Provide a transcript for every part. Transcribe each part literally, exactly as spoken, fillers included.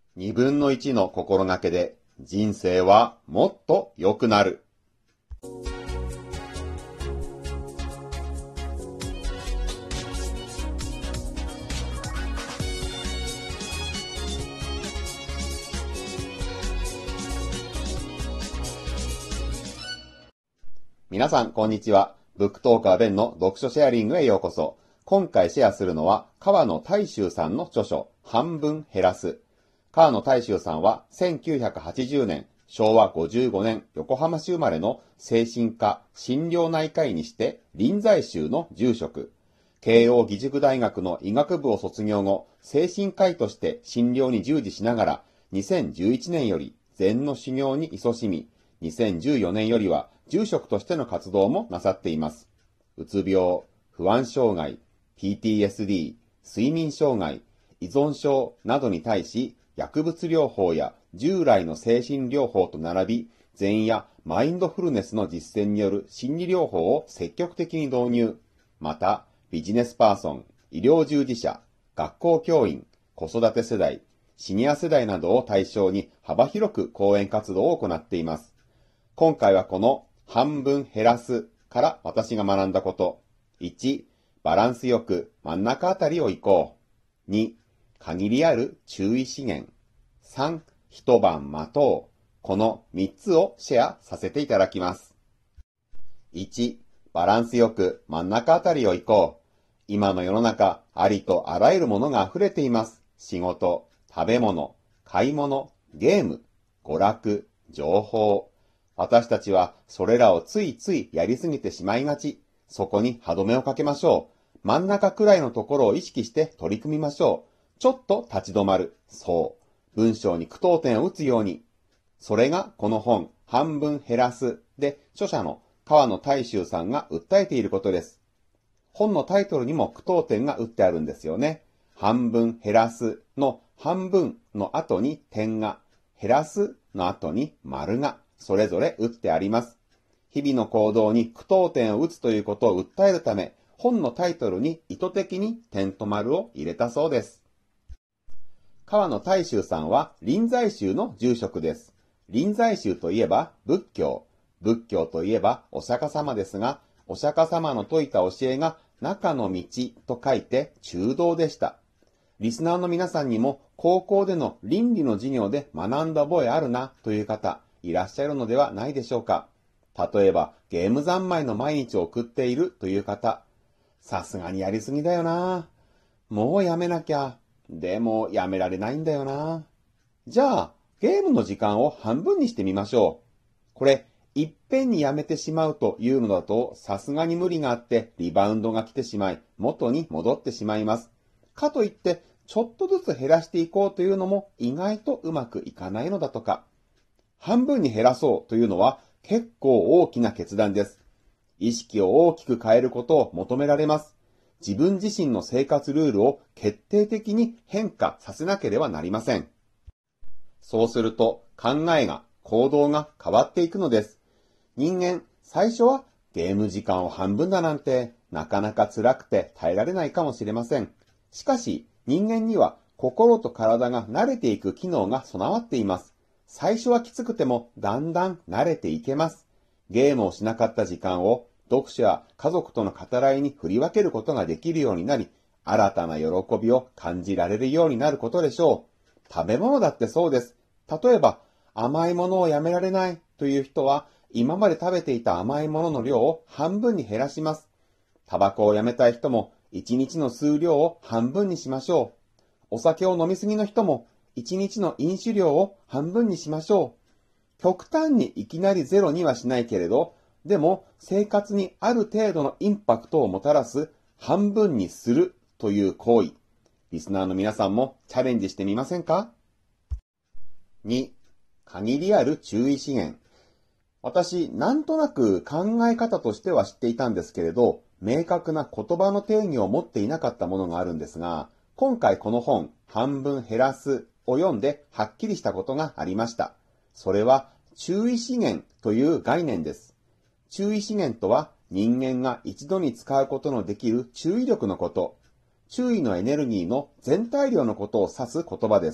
二分の一の心がけで人生はもっと良くなる。皆さん、こんにちは。ブックトーカーベンの読書シェアリングへようこそ。今回シェアするのは、川野大衆さんの著書、半分減らす。川野大衆さんは、せんきゅうひゃくはちじゅうねん、しょうわごじゅうごねん、横浜市生まれの精神科、心療内科医にして、臨済宗の住職。慶応義塾大学の医学部を卒業後、精神科医として診療に従事しながら、にせんじゅういちねんより禅の修行に勤しみ、にせんじゅうよねんよりは住職としての活動もなさっています。うつ病、不安障害、ピーティーエスディー、睡眠障害、依存症などに対し、薬物療法や従来の精神療法と並び、禅やマインドフルネスの実践による心理療法を積極的に導入。また、ビジネスパーソン、医療従事者、学校教員、子育て世代、シニア世代などを対象に幅広く講演活動を行っています。今回はこの半分減らすから私が学んだこと。いち、バランスよく真ん中あたりを行こう。に、限りある注意資源。さん、一晩待とう。このみっつをシェアさせていただきます。いち、バランスよく真ん中あたりを行こう。今の世の中、ありとあらゆるものが溢れています。仕事、食べ物、買い物、ゲーム、娯楽、情報。私たちはそれらをついついやりすぎてしまいがち。そこに歯止めをかけましょう。真ん中くらいのところを意識して取り組みましょう。ちょっと立ち止まる。そう。文章に句読点を打つように。それがこの本、半分減らすで、著者の川野大衆さんが訴えていることです。本のタイトルにも句読点が打ってあるんですよね。半分減らすの半分の後に点が、減らすの後に丸が、それぞれ打ってあります。日々の行動に句読点を打つということを訴えるため、本のタイトルに意図的に点と丸を入れたそうです。川野大衆さんは臨済宗の住職です。臨済宗といえば仏教、仏教といえばお釈迦様ですが、お釈迦様の説いた教えが中の道と書いて中道でした。リスナーの皆さんにも高校での倫理の授業で学んだ覚えあるなという方、いらっしゃるのではないでしょうか。例えば、ゲーム三昧の毎日を送っているという方、さすがにやりすぎだよな。もうやめなきゃ。でもやめられないんだよな。じゃあ、ゲームの時間を半分にしてみましょう。これ、いっぺんにやめてしまうというのだと、さすがに無理があってリバウンドが来てしまい、元に戻ってしまいます。かといって、ちょっとずつ減らしていこうというのも意外とうまくいかないのだとか。半分に減らそうというのは結構大きな決断です。意識を大きく変えることを求められます。自分自身の生活ルールを決定的に変化させなければなりません。そうすると考えが、行動が変わっていくのです。人間、最初はゲーム時間を半分だなんてなかなか辛くて耐えられないかもしれません。しかし人間には心と体が慣れていく機能が備わっています。最初はきつくてもだんだん慣れていけます。ゲームをしなかった時間を読書や家族との語らいに振り分けることができるようになり、新たな喜びを感じられるようになることでしょう。食べ物だってそうです。例えば、甘いものをやめられないという人は、今まで食べていた甘いものの量を半分に減らします。タバコをやめたい人も、一日の数量を半分にしましょう。お酒を飲みすぎの人も、一日の飲酒量を半分にしましょう。極端にいきなりゼロにはしないけれど、でも生活にある程度のインパクトをもたらす半分にするという行為。リスナーの皆さんもチャレンジしてみませんか？に、限りある注意資源。私、なんとなく考え方としては知っていたんですけれど、明確な言葉の定義を持っていなかったものがあるんですが、今回この本、半分減らすを読んではっきりしたことがありました。それは注意資源という概念です。注意資源とは人間が一度に使うことのできる注意力のこと。注意のエネルギーの全体量のことを指す言葉です。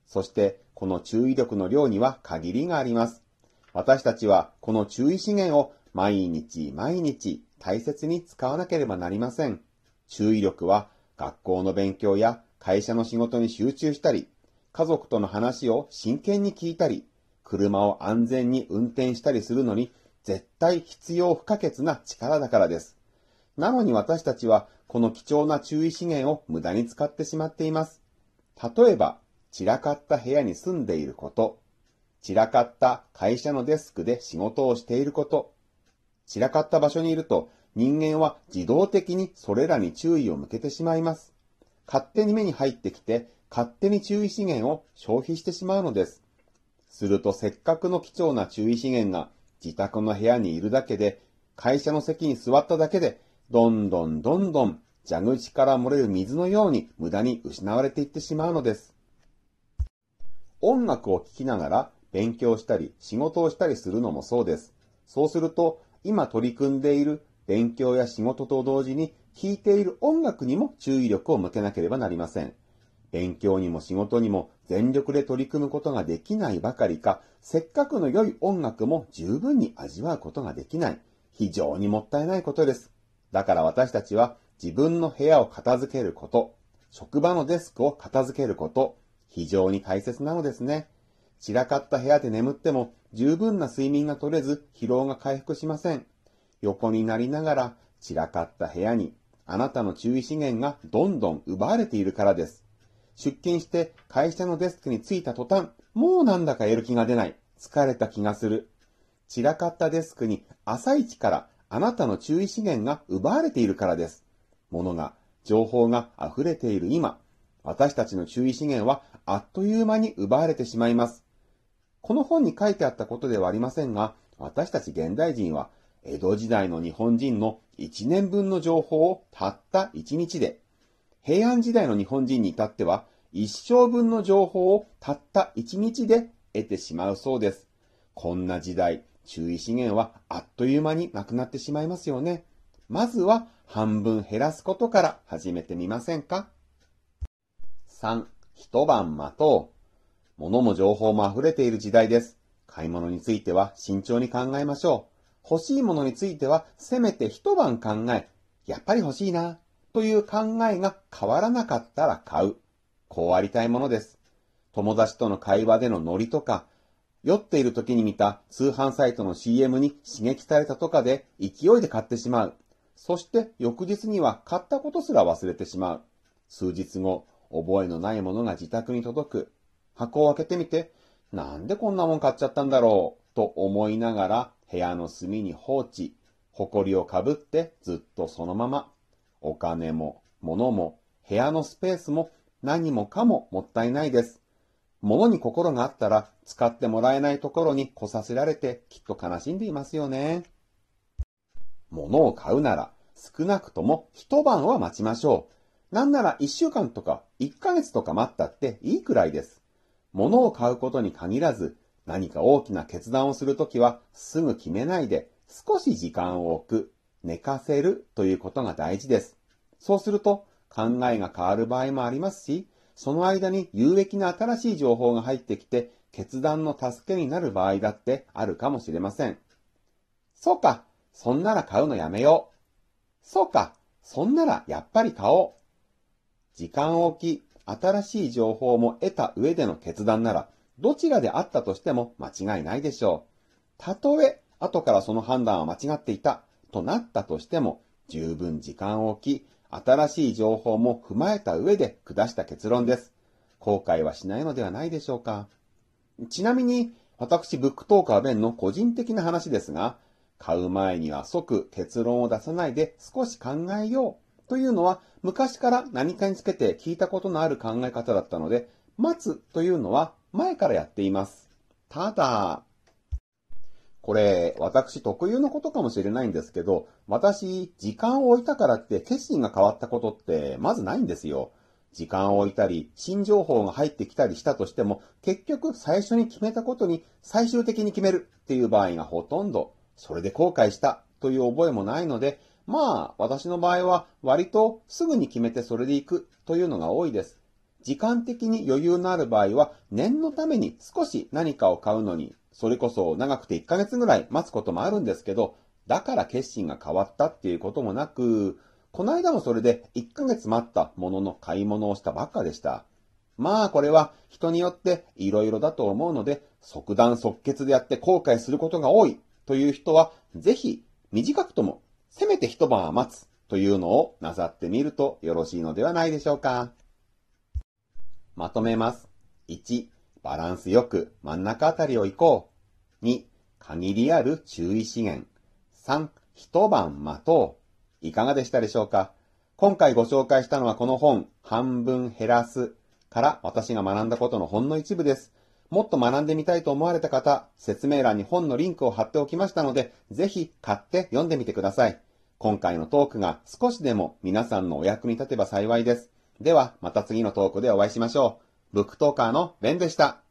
そしてこの注意力の量には限りがあります。私たちはこの注意資源を毎日毎日大切に使わなければなりません。注意力は学校の勉強や会社の仕事に集中したり、家族との話を真剣に聞いたり、車を安全に運転したりするのに絶対必要不可欠な力だからです。なのに私たちはこの貴重な注意資源を無駄に使ってしまっています。例えば、散らかった部屋に住んでいること、散らかった会社のデスクで仕事をしていること、散らかった場所にいると人間は自動的にそれらに注意を向けてしまいます。勝手に目に入ってきて、勝手に注意資源を消費してしまうのです。するとせっかくの貴重な注意資源が自宅の部屋にいるだけで、会社の席に座っただけで、どんどんどんどん蛇口から漏れる水のように無駄に失われていってしまうのです。音楽を聴きながら勉強したり仕事をしたりするのもそうです。そうすると、今取り組んでいる勉強や仕事と同時に聴いている音楽にも注意力を向けなければなりません。勉強にも仕事にも全力で取り組むことができないばかりか、せっかくの良い音楽も十分に味わうことができない。非常にもったいないことです。だから私たちは自分の部屋を片付けること、職場のデスクを片付けること、非常に大切なのですね。散らかった部屋で眠っても十分な睡眠が取れず疲労が回復しません。横になりながら散らかった部屋にあなたの注意資源がどんどん奪われているからです。出勤して会社のデスクに着いた途端、もうなんだかやる気が出ない。疲れた気がする。散らかったデスクに朝一からあなたの注意資源が奪われているからです。物が、情報が溢れている今、私たちの注意資源はあっという間に奪われてしまいます。この本に書いてあったことではありませんが、私たち現代人は江戸時代の日本人のいちねんぶんの情報をたったいちにちで、平安時代の日本人に至っては一生分の情報をたったいちにちで得てしまうそうです。こんな時代、注意資源はあっという間になくなってしまいますよね。まずは半分減らすことから始めてみませんか？さん. 一晩待とう。物も情報も溢れている時代です。買い物については慎重に考えましょう。欲しいものについてはせめて一晩考え、やっぱり欲しいな、という考えが変わらなかったら買う。こうありたいものです。友達との会話でのノリとか、酔っている時に見た通販サイトの シーエム に刺激されたとかで勢いで買ってしまう。そして翌日には買ったことすら忘れてしまう。数日後、覚えのないものが自宅に届く。箱を開けてみて、なんでこんなもん買っちゃったんだろう、と思いながら部屋の隅に放置。埃をかぶってずっとそのまま。お金も物も部屋のスペースも何もかももったいないです。物に心があったら使ってもらえないところに来させられてきっと悲しんでいますよね。物を買うなら少なくとも一晩は待ちましょう。なんなら一週間とか一ヶ月とか待ったっていいくらいです。物を買うことに限らず何か大きな決断をするときはすぐ決めないで少し時間を置く、寝かせるということが大事です。そうすると考えが変わる場合もありますし、その間に有益な新しい情報が入ってきて、決断の助けになる場合だってあるかもしれません。そうか、そんなら買うのやめよう。そうか、そんならやっぱり買おう。時間を置き、新しい情報も得た上での決断なら、どちらであったとしても間違いないでしょう。たとえ、後からその判断は間違っていた、となったとしても、十分時間を置き、新しい情報も踏まえた上で下した結論です。後悔はしないのではないでしょうか。ちなみに、私、ブックトーカーベンの個人的な話ですが、買う前には即結論を出さないで少し考えようというのは、昔から何かにつけて聞いたことのある考え方だったので、待つというのは前からやっています。ただ、これ、私特有のことかもしれないんですけど、私、時間を置いたからって決心が変わったことってまずないんですよ。時間を置いたり、新情報が入ってきたりしたとしても、結局最初に決めたことに最終的に決めるっていう場合がほとんど、それで後悔したという覚えもないので、まあ、私の場合は割とすぐに決めてそれでいくというのが多いです。 時間的に余裕のある場合は、念のために少し何かを買うのに、それこそ長くていっかげつぐらい待つこともあるんですけど、だから決心が変わったっていうこともなく、この間もそれでいっかげつ待ったものの買い物をしたばっかでした。まあこれは人によって色々だと思うので、即断即決でやって後悔することが多いという人は、ぜひ短くともせめて一晩は待つというのをなさってみるとよろしいのではないでしょうか。まとめます。いち、バランスよく真ん中あたりを行こう。に、限りある注意資源。さん、一晩待とう。いかがでしたでしょうか。今回ご紹介したのはこの本、半分減らすから私が学んだことのほんの一部です。もっと学んでみたいと思われた方、説明欄に本のリンクを貼っておきましたので、ぜひ買って読んでみてください。今回のトークが少しでも皆さんのお役に立てば幸いです。では、また次のトークでお会いしましょう。ブックトーカーのベンでした。